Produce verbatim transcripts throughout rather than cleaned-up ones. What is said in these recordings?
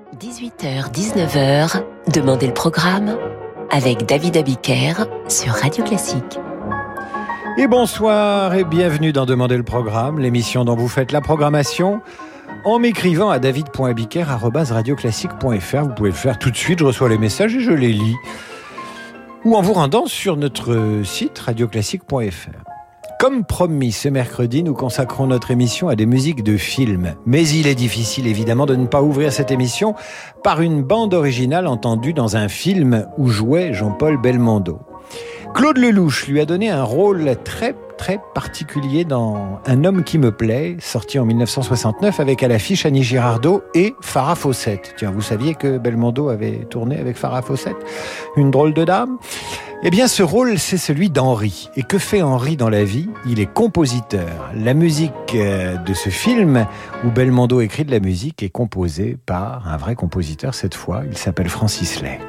dix-huit heures dix-neuf heures, Demandez le programme avec David Abiker sur Radio Classique. Et bonsoir et bienvenue dans Demandez le programme, l'émission dont vous faites la programmation en m'écrivant à david point abiker arobase radioclassique point f r. Vous pouvez le faire tout de suite, je reçois les messages et je les lis. Ou en vous rendant sur notre site radioclassique point f r. Comme promis, ce mercredi, nous consacrons notre émission à des musiques de films. Mais il est difficile, évidemment, de ne pas ouvrir cette émission par une bande originale entendue dans un film où jouait Jean-Paul Belmondo. Claude Lelouch lui a donné un rôle très, très particulier dans Un homme qui me plaît, sorti en dix-neuf cent soixante-neuf avec à l'affiche Annie Girardot et Farah Fawcett. Tiens, vous saviez que Belmondo avait tourné avec Farah Fawcett ? Une drôle de dame ? Eh bien, ce rôle, c'est celui d'Henri. Et que fait Henri dans la vie ? Il est compositeur. La musique de ce film, où Belmondo écrit de la musique, est composée par un vrai compositeur cette fois. Il s'appelle Francis Lay.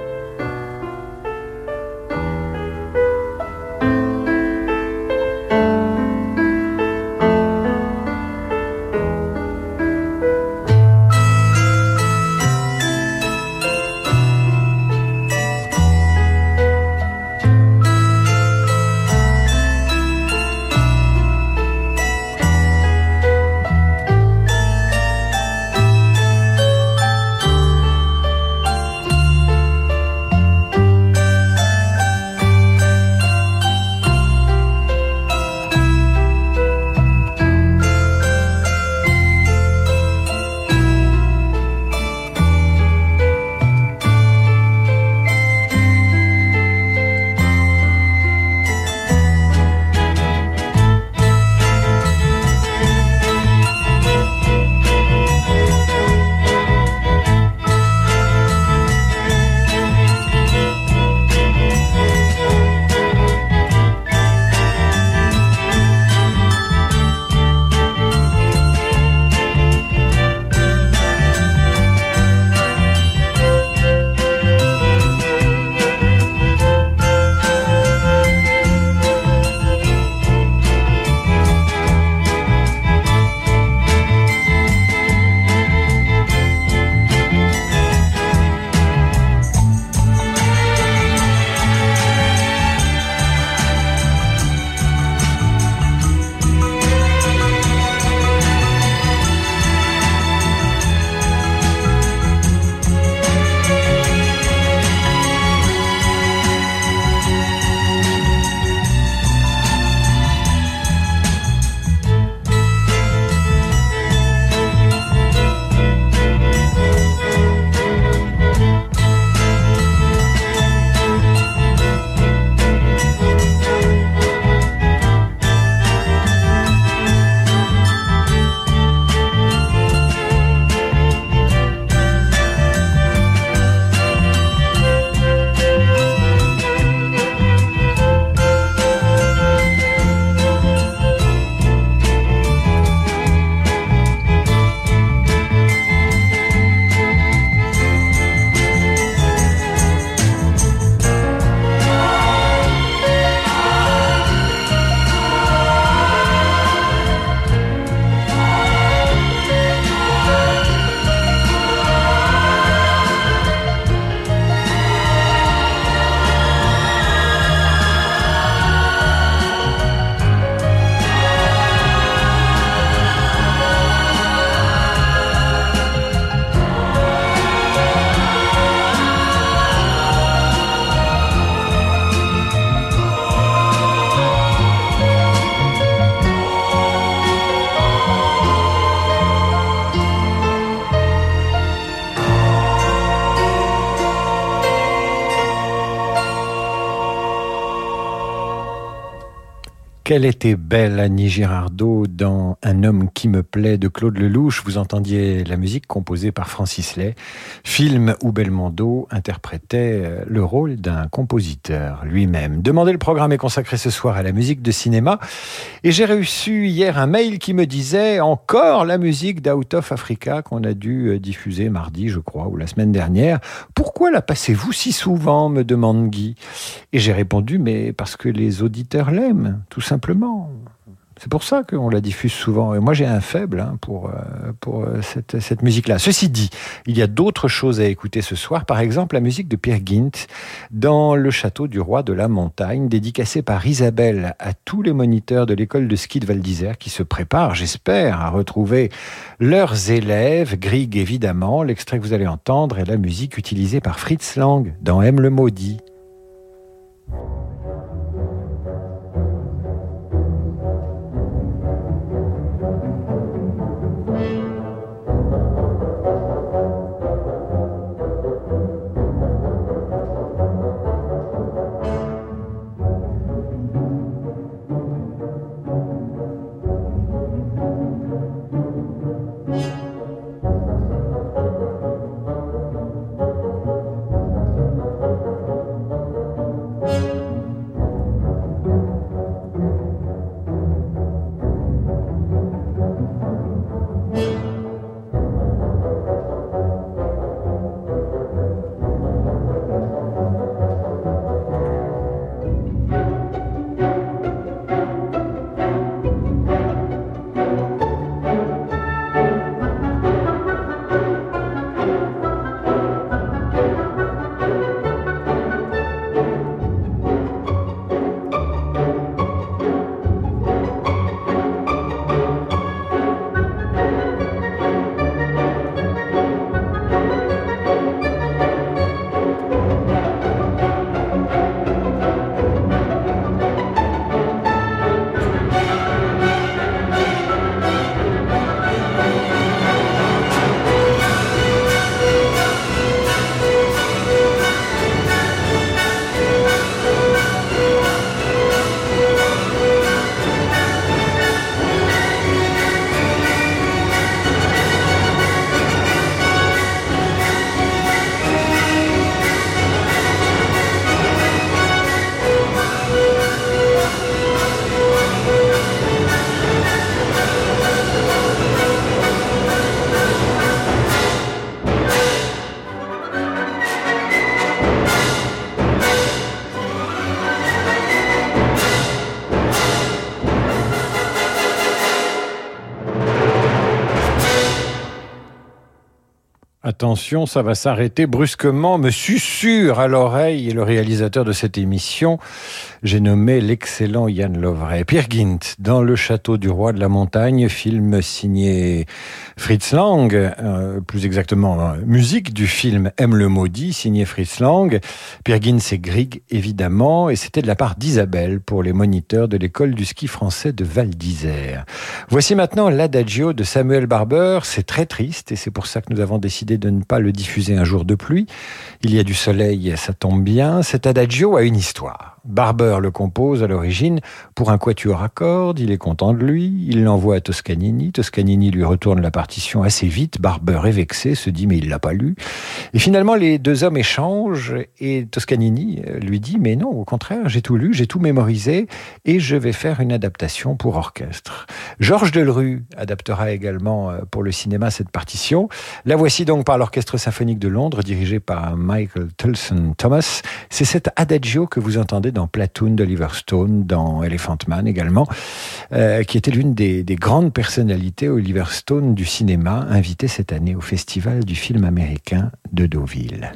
Qu'elle était belle, Annie Girardot, dans Un homme qui me plaît de Claude Lelouch. Vous entendiez la musique composée par Francis Lay, film où Belmondo interprétait le rôle d'un compositeur lui-même. Demandez le programme est consacré ce soir à la musique de cinéma. Et j'ai reçu hier un mail qui me disait encore la musique d'Out of Africa qu'on a dû diffuser mardi, je crois, ou la semaine dernière. Pourquoi la passez-vous si souvent, me demande Guy. Et j'ai répondu, mais parce que les auditeurs l'aiment, tout simplement. C'est pour ça qu'on la diffuse souvent. Et moi, j'ai un faible hein, pour, pour cette, cette musique-là. Ceci dit, il y a d'autres choses à écouter ce soir. Par exemple, la musique de Peer Gynt dans le château du roi de la montagne, dédicacée par Isabelle à tous les moniteurs de l'école de ski de Val d'Isère qui se préparent, j'espère, à retrouver leurs élèves. Grieg, évidemment. L'extrait que vous allez entendre est la musique utilisée par Fritz Lang dans M le maudit. Attention, ça va s'arrêter brusquement, me susurre à l'oreille le réalisateur de cette émission. J'ai nommé l'excellent Yann Lovray. Peer Gynt, dans le château du roi de la montagne, film signé Fritz Lang, euh, plus exactement, euh, musique du film M le maudit, signé Fritz Lang. Peer Gynt, c'est Grieg, évidemment, et c'était de la part d'Isabelle pour les moniteurs de l'école du ski français de Val d'Isère. Voici maintenant l'Adagio de Samuel Barber. C'est très triste, et c'est pour ça que nous avons décidé de ne pas le diffuser un jour de pluie. Il y a du soleil, ça tombe bien. Cet Adagio a une histoire. Barber le compose à l'origine pour un quatuor à cordes, il est content de lui, il l'envoie à Toscanini, Toscanini lui retourne la partition assez vite, Barber est vexé, se dit mais il l'a pas lu, et finalement les deux hommes échangent et Toscanini lui dit mais non, au contraire, j'ai tout lu, j'ai tout mémorisé et je vais faire une adaptation pour orchestre. Georges Delerue adaptera également pour le cinéma cette partition, la voici donc par l'Orchestre Symphonique de Londres dirigé par Michael Tilson Thomas. C'est cet Adagio que vous entendez dans Platoon d'Oliver Stone, dans Elephant Man également, euh, qui était l'une des, des grandes personnalités Oliver Stone du cinéma, invité cette année au Festival du film américain de Deauville.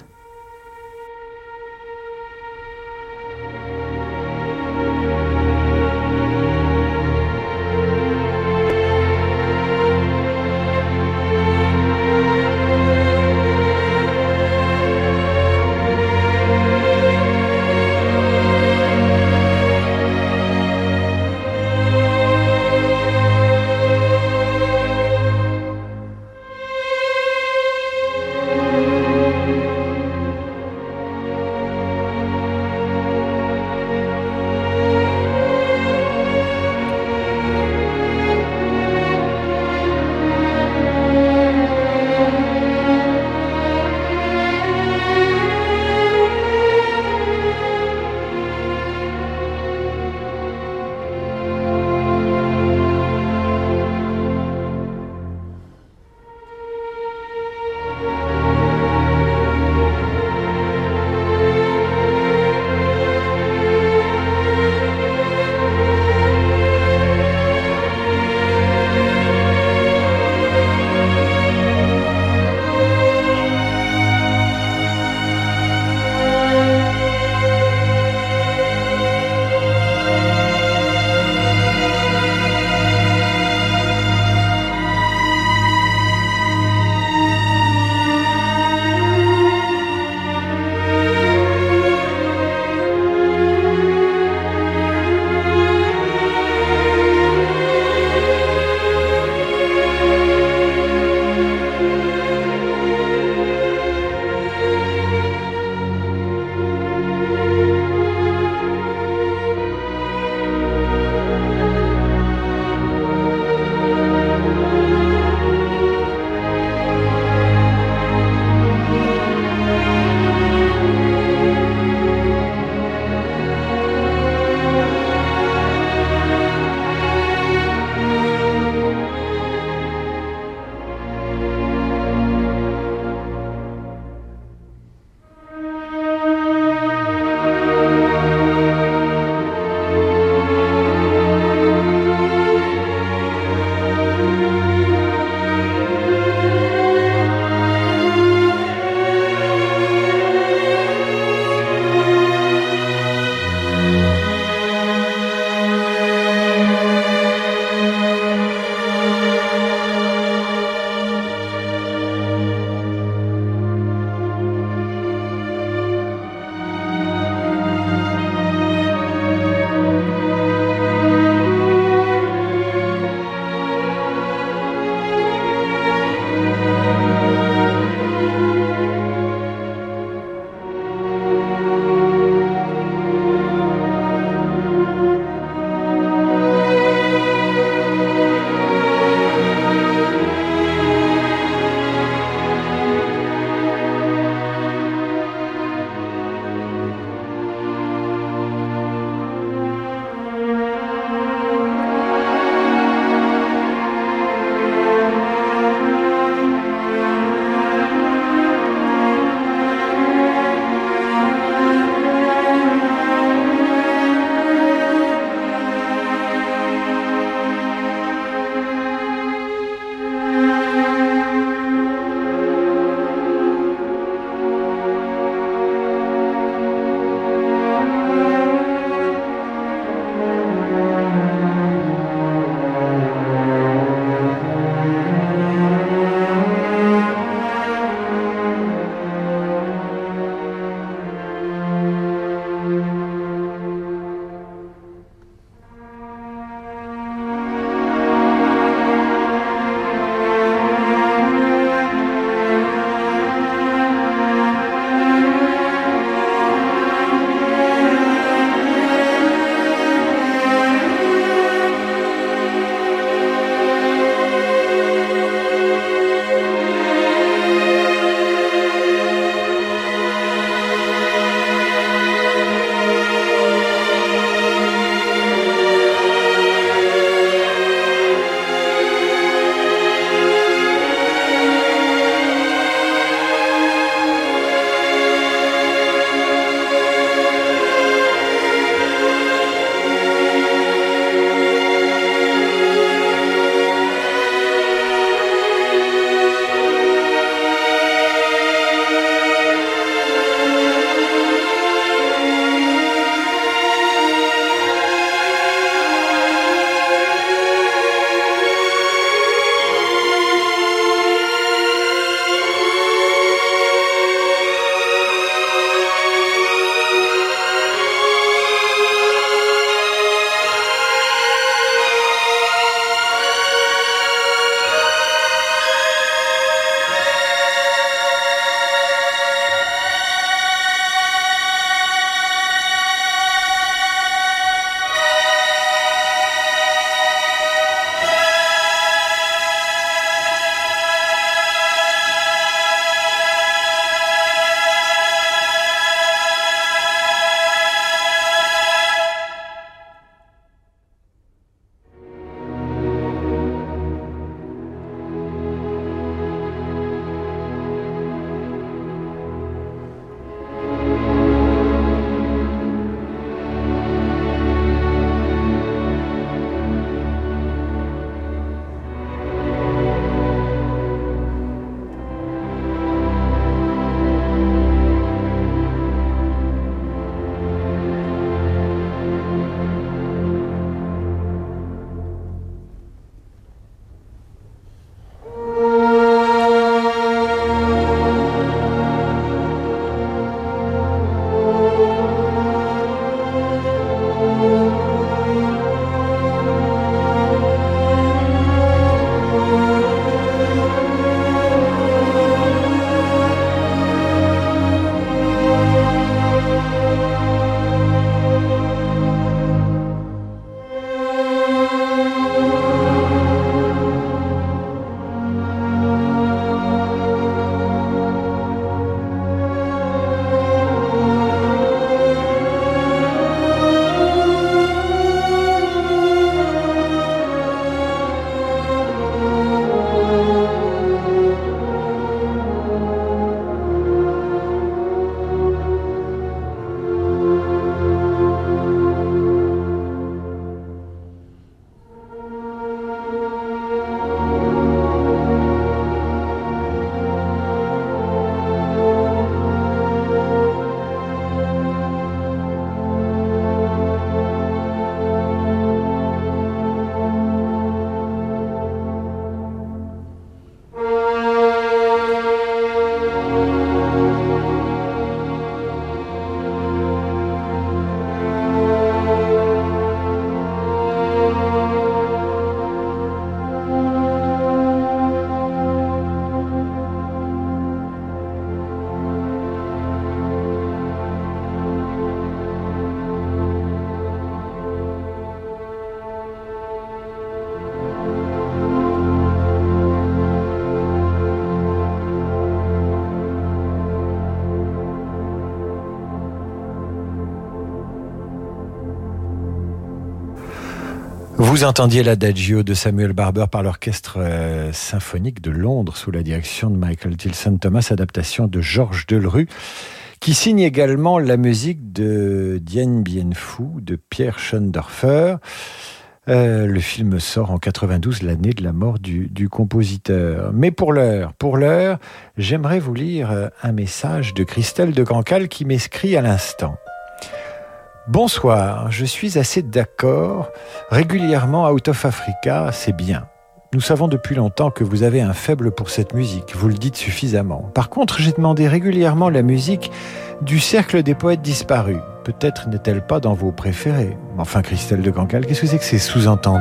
Vous entendiez l'Adagio de Samuel Barber par l'Orchestre euh, symphonique de Londres sous la direction de Michael Tilson Thomas, adaptation de Georges Delerue, qui signe également la musique de Dien Bien Phu de Pierre Schoendorfer. Euh, le film sort en quatre-vingt-douze, l'année de la mort du, du compositeur. Mais pour l'heure, pour l'heure, j'aimerais vous lire un message de Christelle de Cancale qui m'écrit à l'instant. Bonsoir, je suis assez d'accord. Régulièrement, Out of Africa, c'est bien. Nous savons depuis longtemps que vous avez un faible pour cette musique, vous le dites suffisamment. Par contre, j'ai demandé régulièrement la musique du Cercle des Poètes Disparus. Peut-être n'est-elle pas dans vos préférés. Enfin, Christelle de Cancale, qu'est-ce que c'est que ces sous-entendus ?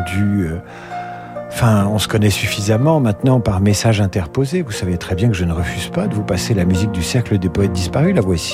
Enfin, on se connaît suffisamment maintenant par message interposé. Vous savez très bien que je ne refuse pas de vous passer la musique du Cercle des Poètes Disparus, la voici.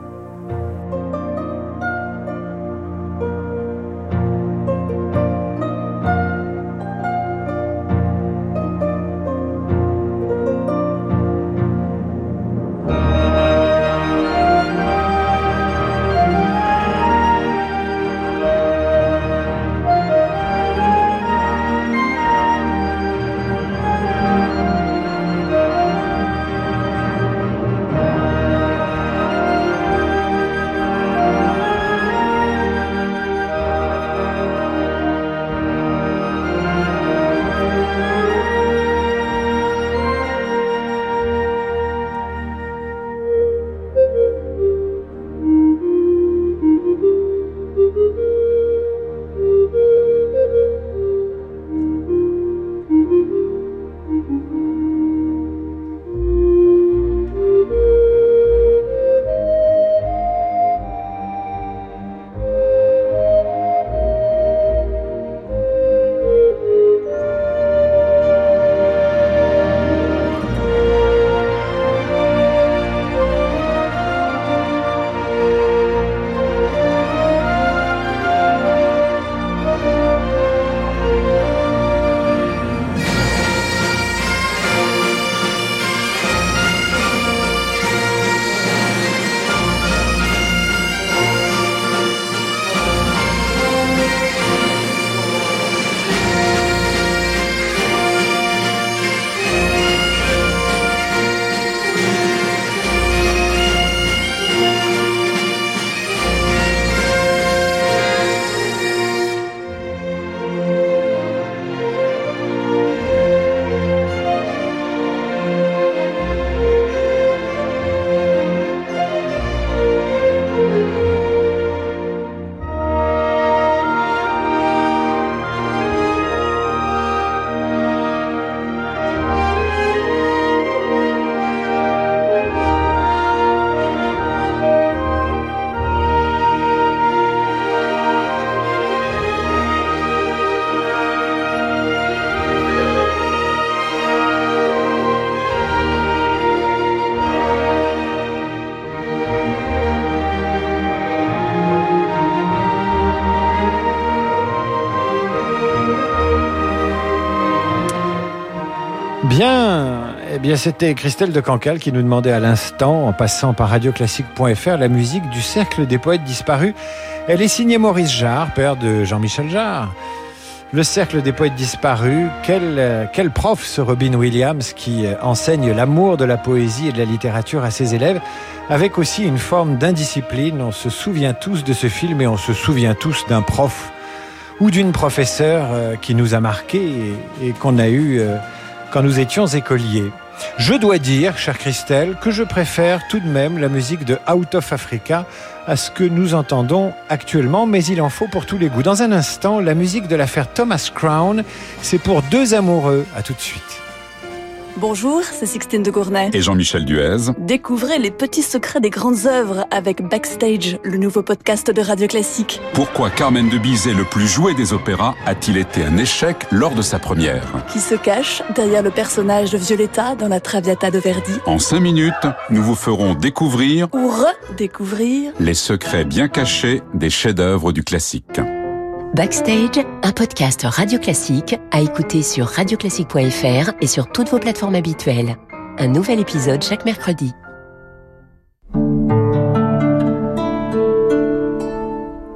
Bien, eh bien c'était Christelle de Cancale qui nous demandait à l'instant, en passant par radio classique point f r, la musique du Cercle des Poètes Disparus. Elle est signée Maurice Jarre, père de Jean-Michel Jarre. Le Cercle des Poètes Disparus, quel, quel prof ce Robin Williams qui enseigne l'amour de la poésie et de la littérature à ses élèves, avec aussi une forme d'indiscipline. On se souvient tous de ce film et on se souvient tous d'un prof ou d'une professeure qui nous a marqués et, et qu'on a eu quand nous étions écoliers. Je dois dire, chère Christelle, que je préfère tout de même la musique de Out of Africa à ce que nous entendons actuellement, mais il en faut pour tous les goûts. Dans un instant, la musique de l'affaire Thomas Crown, c'est pour deux amoureux. À tout de suite. Bonjour, c'est Sixtine de Gournay. Et Jean-Michel Duez. Découvrez les petits secrets des grandes œuvres avec Backstage, le nouveau podcast de Radio Classique. Pourquoi Carmen de Bizet, le plus joué des opéras, a-t-il été un échec lors de sa première? Qui se cache derrière le personnage de Violetta dans la Traviata de Verdi. En cinq minutes, nous vous ferons découvrir ou redécouvrir les secrets bien cachés des chefs-d'œuvre du classique. Backstage, un podcast Radio Classique à écouter sur radio classique point f r et sur toutes vos plateformes habituelles. Un nouvel épisode chaque mercredi.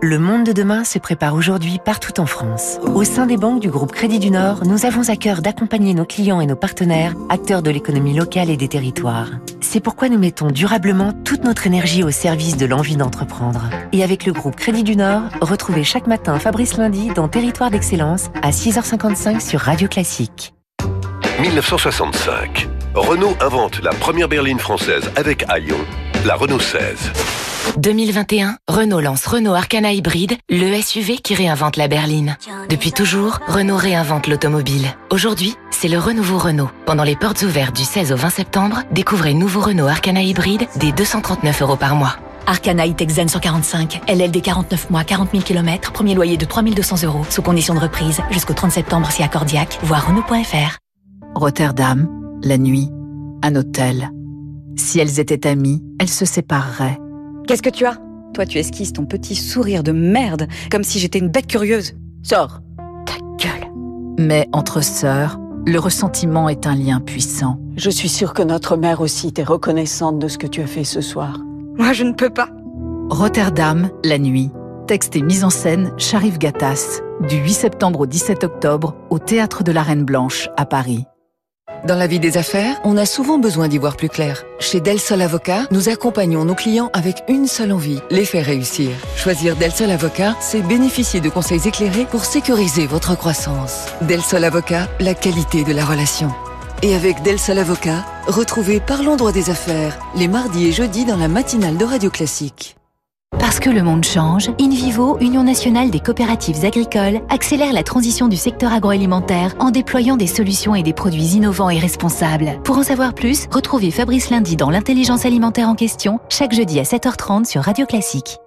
Le monde de demain se prépare aujourd'hui partout en France. Au sein des banques du groupe Crédit du Nord, nous avons à cœur d'accompagner nos clients et nos partenaires, acteurs de l'économie locale et des territoires. C'est pourquoi nous mettons durablement toute notre énergie au service de l'envie d'entreprendre. Et avec le groupe Crédit du Nord, retrouvez chaque matin Fabrice Lundy dans Territoire d'Excellence à six heures cinquante-cinq sur Radio Classique. dix-neuf cent soixante-cinq. Renault invente la première berline française avec Aion, la Renault seize. deux mille vingt et un, Renault lance Renault Arcana Hybride, le S U V qui réinvente la berline. Depuis toujours, Renault réinvente l'automobile. Aujourd'hui, c'est le renouveau Renault. Pendant les portes ouvertes du seize au vingt septembre, découvrez nouveau Renault Arcana Hybride dès deux cent trente-neuf euros par mois. Arcana E-Tech Zen cent quarante-cinq, L L D quarante-neuf mois, quarante mille kilomètres, premier loyer de trois mille deux cents euros, sous condition de reprise, jusqu'au trente septembre si accordiaque, voir Renault point F R. Rotterdam, la nuit, un hôtel. Si elles étaient amies, elles se sépareraient. Qu'est-ce que tu as ? Toi, tu esquisses ton petit sourire de merde, comme si j'étais une bête curieuse. Sors ! Ta gueule ! Mais entre sœurs, le ressentiment est un lien puissant. Je suis sûre que notre mère aussi t'est reconnaissante de ce que tu as fait ce soir. Moi, je ne peux pas. Rotterdam, la nuit. Texte et mise en scène, Sharif Gattas. Du huit septembre au dix-sept octobre, au Théâtre de la Reine Blanche, à Paris. Dans la vie des affaires, on a souvent besoin d'y voir plus clair. Chez Del Sol Avocat, nous accompagnons nos clients avec une seule envie, les faire réussir. Choisir Del Sol Avocat, c'est bénéficier de conseils éclairés pour sécuriser votre croissance. Del Sol Avocat, la qualité de la relation. Et avec Del Sol Avocat, retrouvez Parlons droit des affaires, les mardis et jeudis dans la matinale de Radio Classique. Parce que le monde change, InVivo, Union nationale des coopératives agricoles, accélère la transition du secteur agroalimentaire en déployant des solutions et des produits innovants et responsables. Pour en savoir plus, retrouvez Fabrice Lundy dans l'intelligence alimentaire en question, chaque jeudi à sept heures trente sur Radio Classique.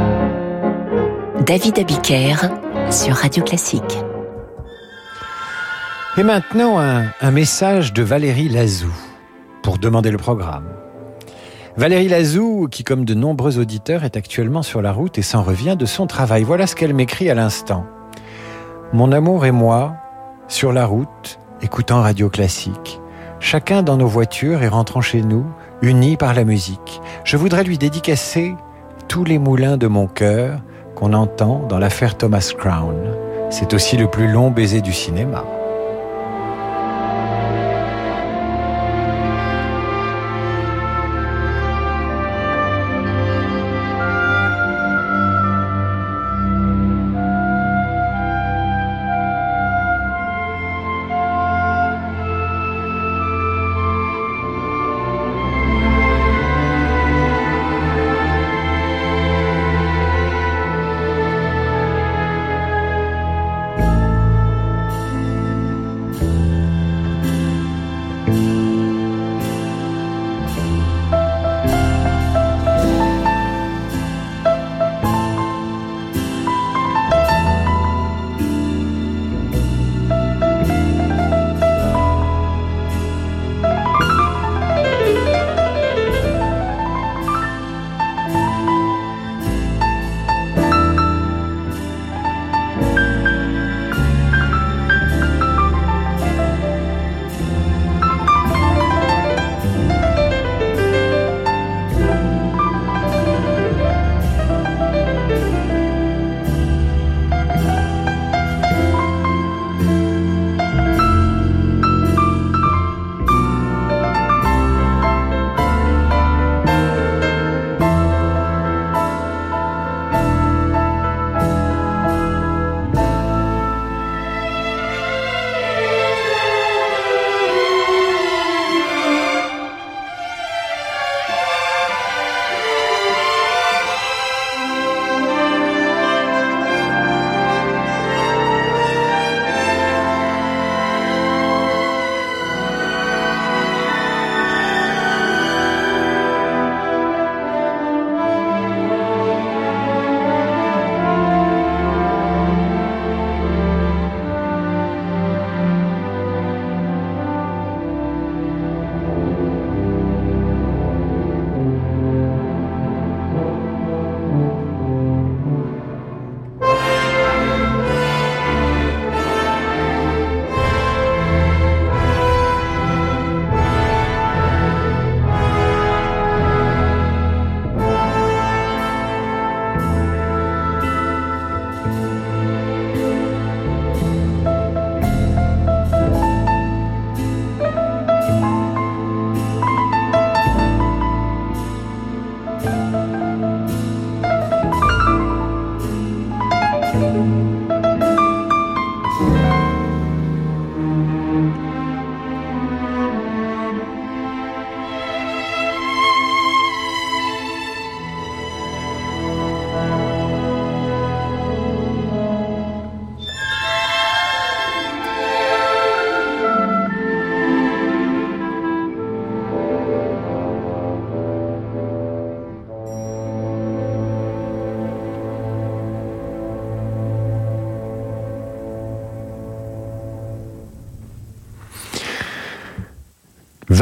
David Abiker sur Radio Classique. Et maintenant, un, un message de Valérie Lazou pour demander le programme. Valérie Lazou, qui comme de nombreux auditeurs est actuellement sur la route et s'en revient de son travail. Voilà ce qu'elle m'écrit à l'instant. Mon amour et moi, sur la route, écoutant Radio Classique, chacun dans nos voitures et rentrant chez nous, unis par la musique. Je voudrais lui dédicacer tous les moulins de mon cœur qu'on entend dans l'affaire Thomas Crown. C'est aussi le plus long baiser du cinéma.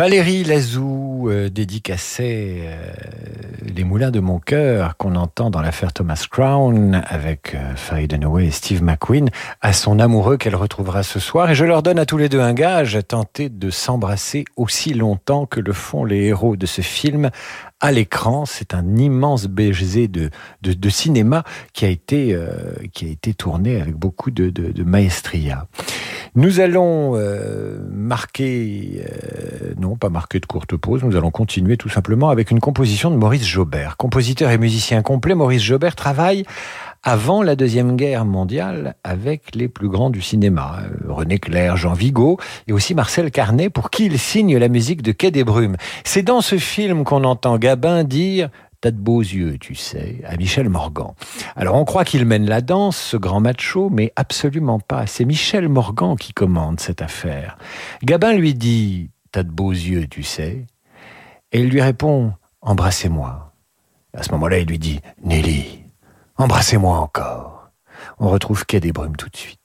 Valérie Lazou euh, dédicaçait euh, les moulins de mon cœur qu'on entend dans l'affaire Thomas Crown avec euh, Faye Dunaway et Steve McQueen à son amoureux qu'elle retrouvera ce soir. Et je leur donne à tous les deux un gage, tenter de s'embrasser aussi longtemps que le font les héros de ce film à l'écran. C'est un immense baiser de, de, de cinéma qui a été, euh, qui a été tourné avec beaucoup de, de, de maestria. Nous allons euh, marquer, euh, non pas marquer de courte pause, nous allons continuer tout simplement avec une composition de Maurice Jaubert. Compositeur et musicien complet, Maurice Jaubert travaille avant la Deuxième Guerre mondiale avec les plus grands du cinéma, René Clair, Jean Vigo et aussi Marcel Carnet, pour qui il signe la musique de Quai des Brumes. C'est dans ce film qu'on entend Gabin dire « T'as de beaux yeux, tu sais », à Michel Morgan. Alors on croit qu'il mène la danse, ce grand macho, mais absolument pas. C'est Michel Morgan qui commande cette affaire. Gabin lui dit « T'as de beaux yeux, tu sais », et il lui répond « Embrassez-moi ». À ce moment-là, il lui dit « Nelly, embrassez-moi encore ». On retrouve Quai des Brumes tout de suite.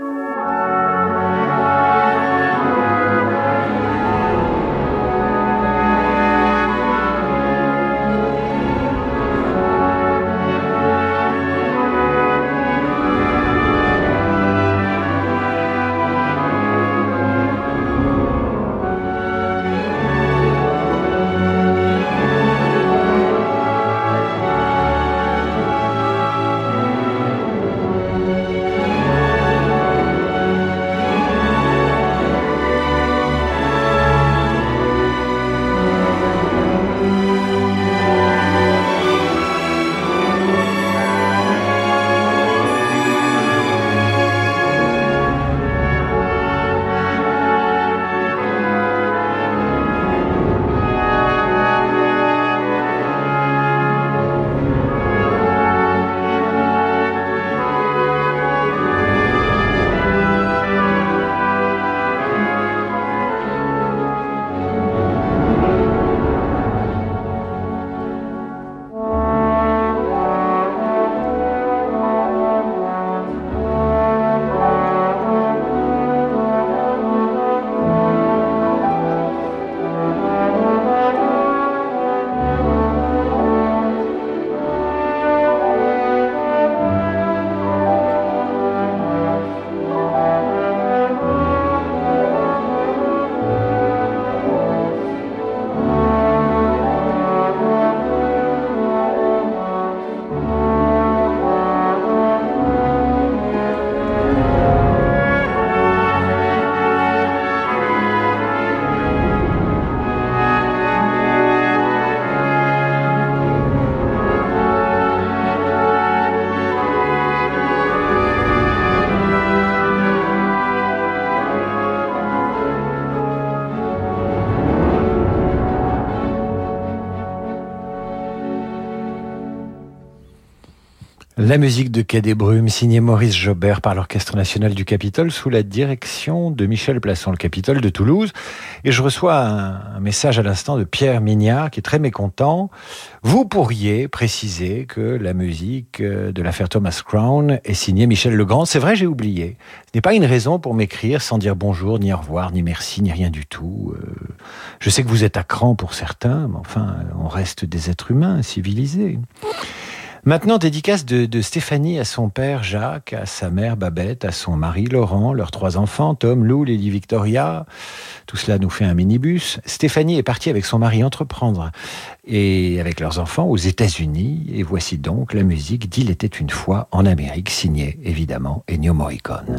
La musique de Quai des Brumes, signée Maurice Jaubert par l'Orchestre National du Capitole sous la direction de Michel Plasson, le Capitole de Toulouse. Et je reçois un, un message à l'instant de Pierre Mignard qui est très mécontent. Vous pourriez préciser que la musique de l'affaire Thomas Crown est signée Michel Legrand. C'est vrai, j'ai oublié. Ce n'est pas une raison pour m'écrire sans dire bonjour, ni au revoir, ni merci, ni rien du tout. Euh, je sais que vous êtes à cran pour certains, mais enfin, on reste des êtres humains civilisés. Maintenant, dédicace de, de Stéphanie à son père Jacques, à sa mère Babette, à son mari Laurent, leurs trois enfants, Tom, Lou, Lily, Victoria. Tout cela nous fait un minibus. Stéphanie est partie avec son mari entreprendre et avec leurs enfants aux États-Unis. Et voici donc la musique d'Il était une fois en Amérique, signée évidemment Ennio Morricone.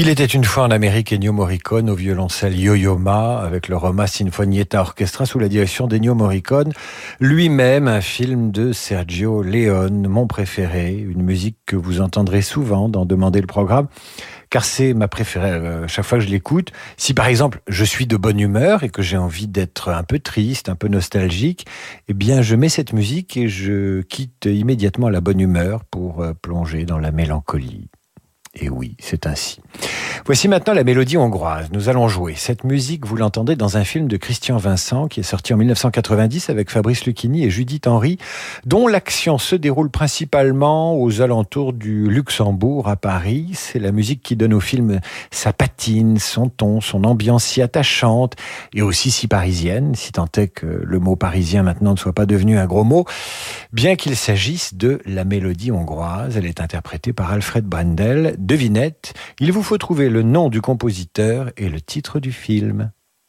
Il était une fois en Amérique, Ennio Morricone au violoncelle Yo-Yo Ma avec le Roma Sinfonietta Orchestra sous la direction d'Ennio Morricone, lui-même un film de Sergio Leone, mon préféré, une musique que vous entendrez souvent dans Demandez le programme, car c'est ma préférée euh, chaque fois que je l'écoute. Si par exemple je suis de bonne humeur et que j'ai envie d'être un peu triste, un peu nostalgique, eh bien je mets cette musique et je quitte immédiatement la bonne humeur pour euh, plonger dans la mélancolie. Et oui, c'est ainsi. Voici maintenant la mélodie hongroise. Nous allons jouer. Cette musique, vous l'entendez dans un film de Christian Vincent qui est sorti en dix-neuf cent quatre-vingt-dix avec Fabrice Lucchini et Judith Henry, dont l'action se déroule principalement aux alentours du Luxembourg à Paris. C'est la musique qui donne au film sa patine, son ton, son ambiance si attachante et aussi si parisienne, si tant est que le mot parisien maintenant ne soit pas devenu un gros mot, bien qu'il s'agisse de la mélodie hongroise. Elle est interprétée par Alfred Brendel. Devinette, il vous faut trouver le nom du compositeur et le titre du film.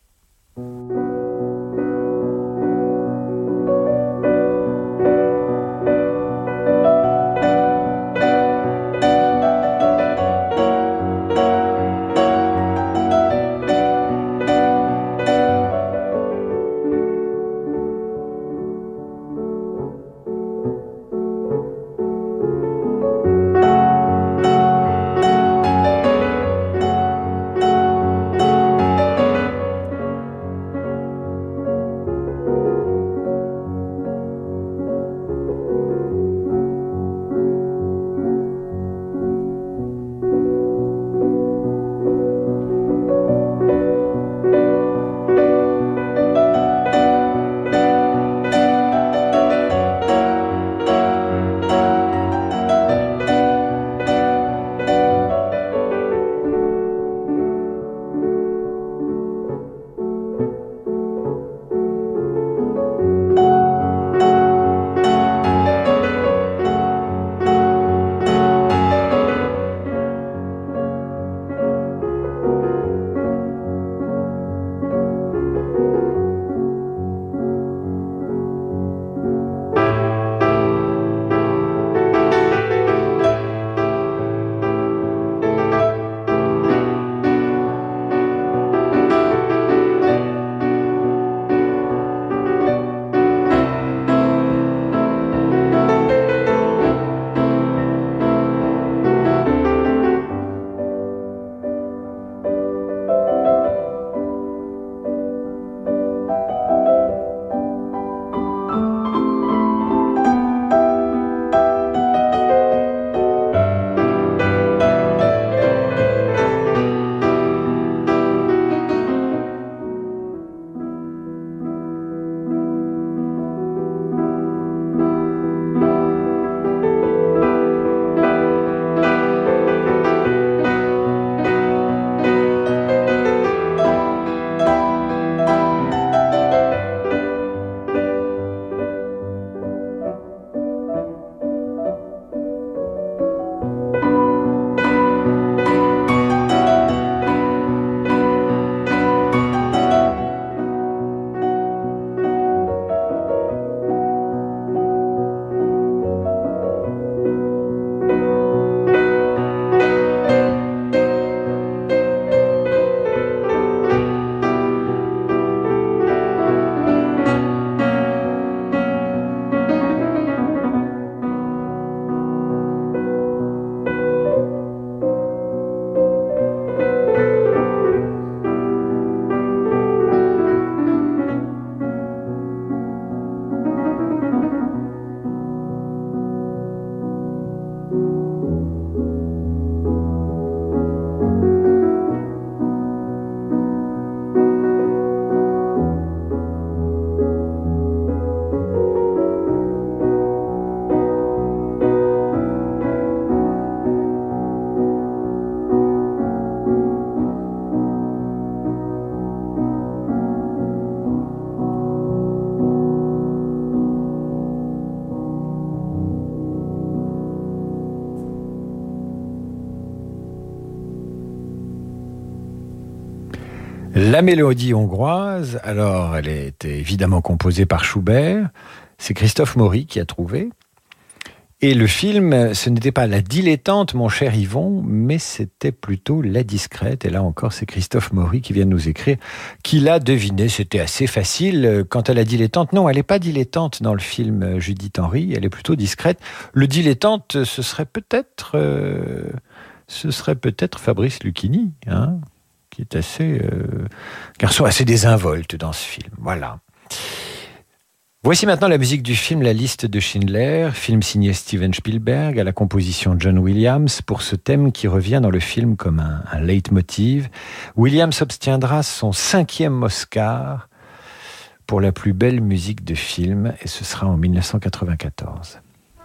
La mélodie hongroise, alors elle est évidemment composée par Schubert, c'est Christophe Maury qui a trouvé. Et le film, ce n'était pas La Dilettante, mon cher Yvon, mais c'était plutôt La Discrète. Et là encore, c'est Christophe Maury qui vient de nous écrire, qui l'a deviné. C'était assez facile. Quant à La Dilettante, non, elle n'est pas dilettante dans le film Judith Henry, elle est plutôt discrète. Le dilettante, ce serait peut-être, euh, ce serait peut-être Fabrice Lucchini, hein, qui est assez, euh, garçon assez désinvolte dans ce film. Voilà. Voici maintenant la musique du film La Liste de Schindler, film signé Steven Spielberg, à la composition John Williams, pour ce thème qui revient dans le film comme un, un leitmotiv. Williams obtiendra son cinquième Oscar pour la plus belle musique de film, et ce sera en dix-neuf cent quatre-vingt-quatorze.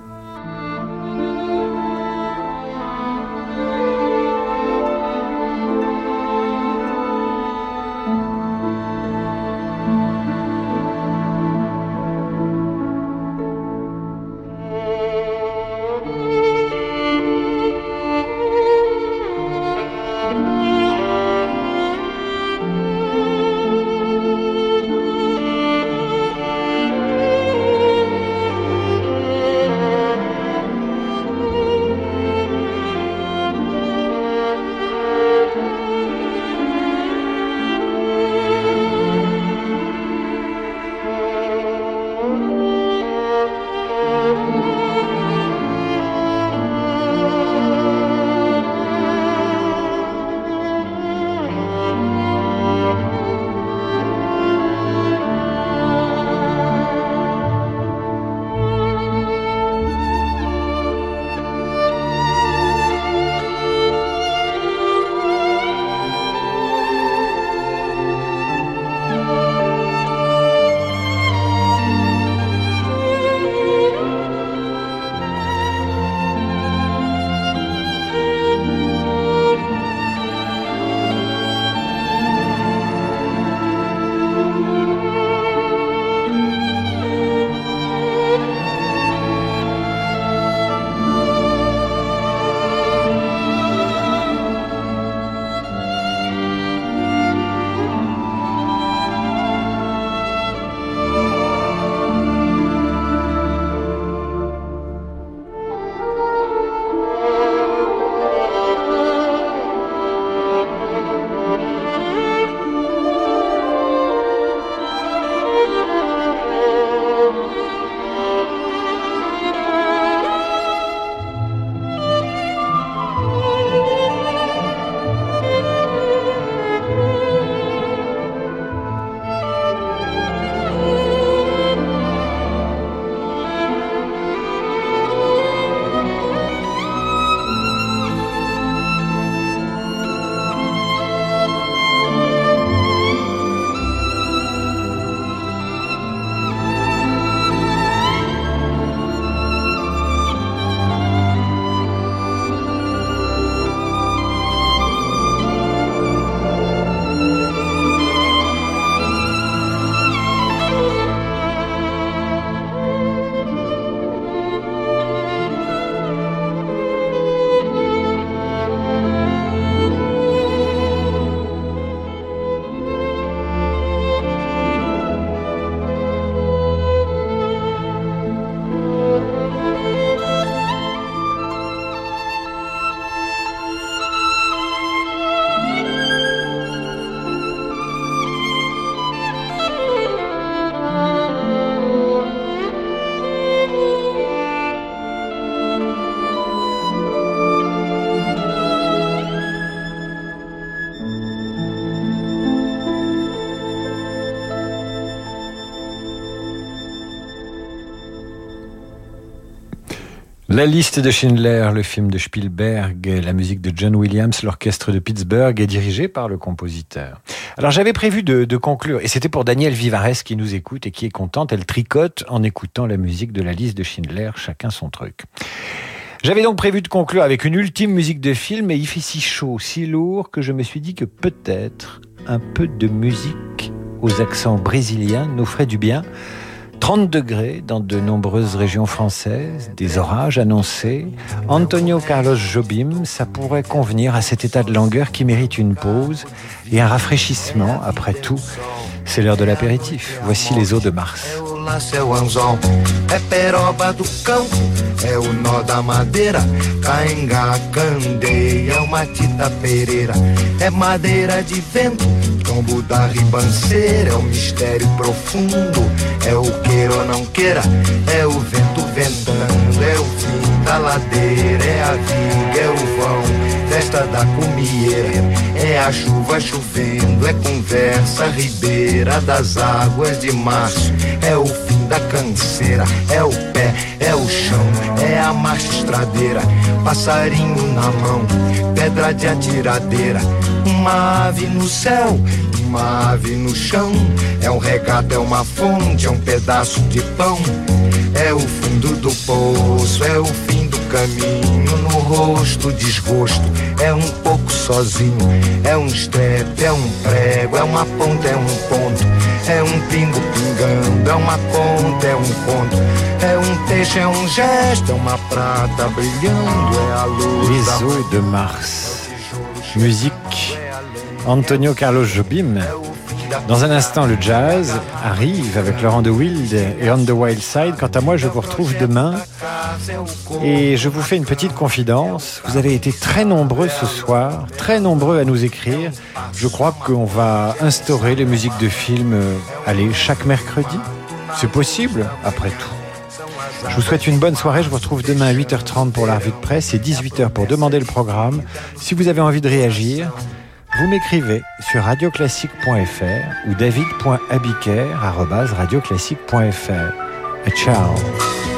La Liste de Schindler, le film de Spielberg, la musique de John Williams, l'orchestre de Pittsburgh est dirigé par le compositeur. Alors j'avais prévu de, de conclure, et c'était pour Danielle Vivares qui nous écoute et qui est contente, elle tricote en écoutant la musique de La Liste de Schindler, chacun son truc. J'avais donc prévu de conclure avec une ultime musique de film, mais il fait si chaud, si lourd, que je me suis dit que peut-être un peu de musique aux accents brésiliens nous ferait du bien. trente degrés dans de nombreuses régions françaises, des orages annoncés. Antonio Carlos Jobim, ça pourrait convenir à cet état de langueur qui mérite une pause et un rafraîchissement. Après tout, c'est l'heure de l'apéritif. Voici les eaux de Mars. balança é o anzol, é peroba do campo, é o nó da madeira, cainga, candeia, é uma tita pereira, é madeira de vento, tombo da ribanceira, é o mistério profundo, é o queira ou não queira, é o vento ventando, é o fim da ladeira, é a viga, é o vão, festa da cumieira, é a chuva chovendo, é conversa ribeira das águas de março, é o fim da canseira, é o pé, é o chão, é a marcha estradeira, passarinho na mão, pedra de atiradeira, uma ave no céu, uma ave no chão, é um regato, é uma fonte, é um pedaço de pão, é o fundo do poço, é o fim do caminho, no rosto desgosto, é um pouco sozinho, é um estrepe, é um prego, é uma ponta, é um ponto, é um pingo pingando, é uma conta, é um conto, é um peixe, é um gesto, é uma prata brilhando, é a luz. Les eaux de Mars. Musique Antonio Carlos Jobim. Dans un instant, le jazz arrive avec Laurent de Wild et On the Wild Side. Quant à moi, je vous retrouve demain et je vous fais une petite confidence. Vous avez été très nombreux ce soir, très nombreux à nous écrire. Je crois qu'on va instaurer les musiques de films, euh, allez, chaque mercredi. C'est possible, après tout. Je vous souhaite une bonne soirée. Je vous retrouve demain à huit heures trente pour la revue de presse et dix-huit heures pour demander le programme. Si vous avez envie de réagir, vous m'écrivez sur radio classique point f r ou david point abiker arobase radio classique point f r. Et ciao.